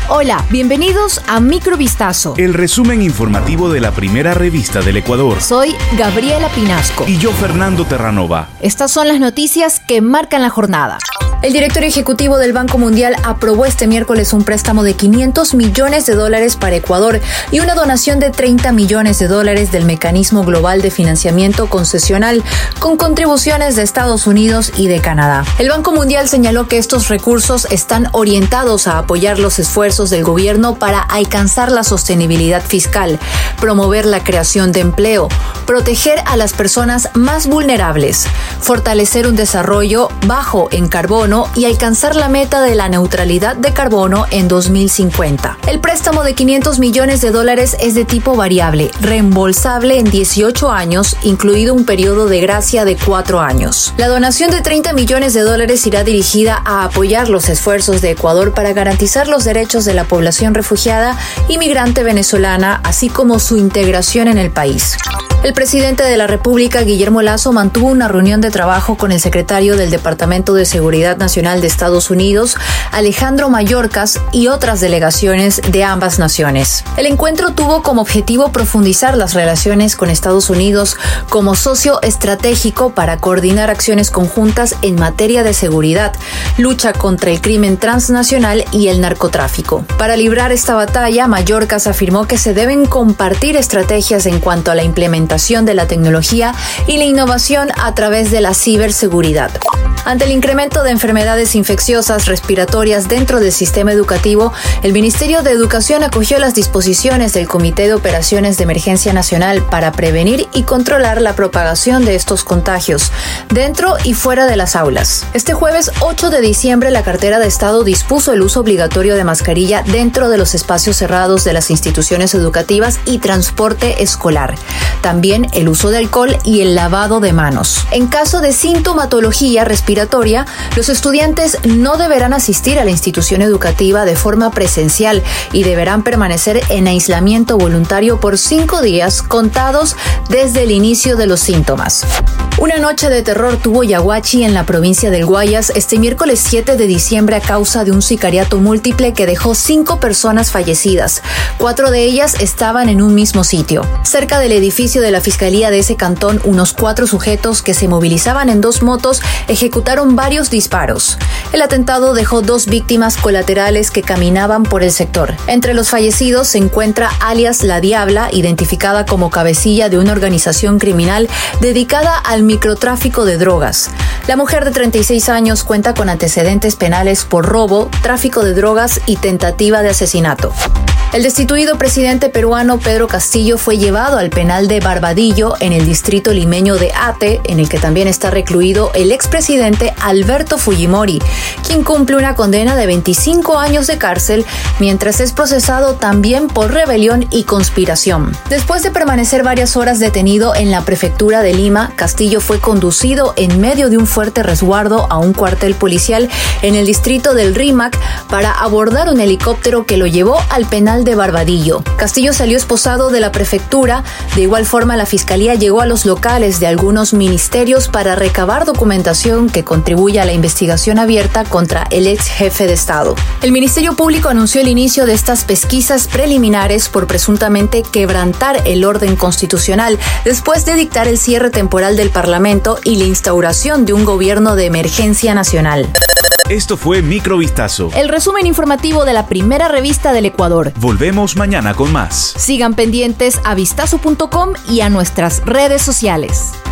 Hola, bienvenidos a Microvistazo, el resumen informativo de la primera revista del Ecuador. Soy Gabriela Pinasco. Y yo, Fernando Terranova. Estas son las noticias que marcan la jornada. El director ejecutivo del Banco Mundial aprobó este miércoles un préstamo de $500 millones para Ecuador y una donación de $30 millones del Mecanismo Global de Financiamiento Concesional, con contribuciones de Estados Unidos y de Canadá. El Banco Mundial señaló que estos recursos están orientados a apoyar los esfuerzos del gobierno para alcanzar la sostenibilidad fiscal, promover la creación de empleo, proteger a las personas más vulnerables, fortalecer un desarrollo bajo en carbono y alcanzar la meta de la neutralidad de carbono en 2050. El préstamo de $500 millones es de tipo variable, reembolsable en 18 años, incluido un periodo de gracia de 4 años. La donación de $30 millones irá dirigida a apoyar los esfuerzos de Ecuador para garantizar los derechos de la población refugiada y migrante venezolana, así como su integración en el país. El presidente de la República, Guillermo Lasso, mantuvo una reunión de trabajo con el secretario del Departamento de Seguridad Nacional de Estados Unidos, Alejandro Mayorkas, y otras delegaciones de ambas naciones. El encuentro tuvo como objetivo profundizar las relaciones con Estados Unidos como socio estratégico para coordinar acciones conjuntas en materia de seguridad, lucha contra el crimen transnacional y el narcotráfico. Para librar esta batalla, Mayorkas afirmó que se deben compartir estrategias en cuanto a la implementación de la tecnología y la innovación a través de la ciberseguridad. Ante el incremento de enfermedades infecciosas respiratorias dentro del sistema educativo, el Ministerio de Educación acogió las disposiciones del Comité de Operaciones de Emergencia Nacional para prevenir y controlar la propagación de estos contagios, dentro y fuera de las aulas. Este jueves 8 de diciembre, la cartera de Estado dispuso el uso obligatorio de mascarilla dentro de los espacios cerrados de las instituciones educativas y transporte escolar. También el uso de alcohol y el lavado de manos. En caso de sintomatología respiratoria, los estudiantes no deberán asistir a la institución educativa de forma presencial y deberán permanecer en aislamiento voluntario por 5 días contados desde el inicio de los síntomas. Una noche de terror tuvo Yaguachi en la provincia del Guayas este miércoles 7 de diciembre a causa de un sicariato múltiple que dejó 5 personas fallecidas. 4 de ellas estaban en un mismo sitio. Cerca del edificio de la Fiscalía de ese cantón, unos 4 sujetos que se movilizaban en 2 motos ejecutaron varios disparos. El atentado dejó 2 víctimas colaterales que caminaban por el sector. Entre los fallecidos se encuentra alias La Diabla, identificada como cabecilla de una organización criminal dedicada al microtráfico de drogas. La mujer de 36 años cuenta con antecedentes penales por robo, tráfico de drogas y tentativa de asesinato. El destituido presidente peruano Pedro Castillo fue llevado al penal de Barbadillo en el distrito limeño de Ate, en el que también está recluido el expresidente Alberto Fujimori, quien cumple una condena de 25 años de cárcel, mientras es procesado también por rebelión y conspiración. Después de permanecer varias horas detenido en la prefectura de Lima, Castillo fue conducido en medio de un fuerte resguardo a un cuartel policial en el distrito del Rímac para abordar un helicóptero que lo llevó al penal de Barbadillo. Castillo salió esposado de la prefectura. De igual forma, la fiscalía llegó a los locales de algunos ministerios para recabar documentación que contribuya a la investigación abierta contra el ex jefe de Estado. El Ministerio Público anunció el inicio de estas pesquisas preliminares por presuntamente quebrantar el orden constitucional después de dictar el cierre temporal del Parlamento y la instauración de un gobierno de emergencia nacional. Esto fue Microvistazo, el resumen informativo de la primera revista del Ecuador. Volvemos mañana con más. Sigan pendientes a vistazo.com y a nuestras redes sociales.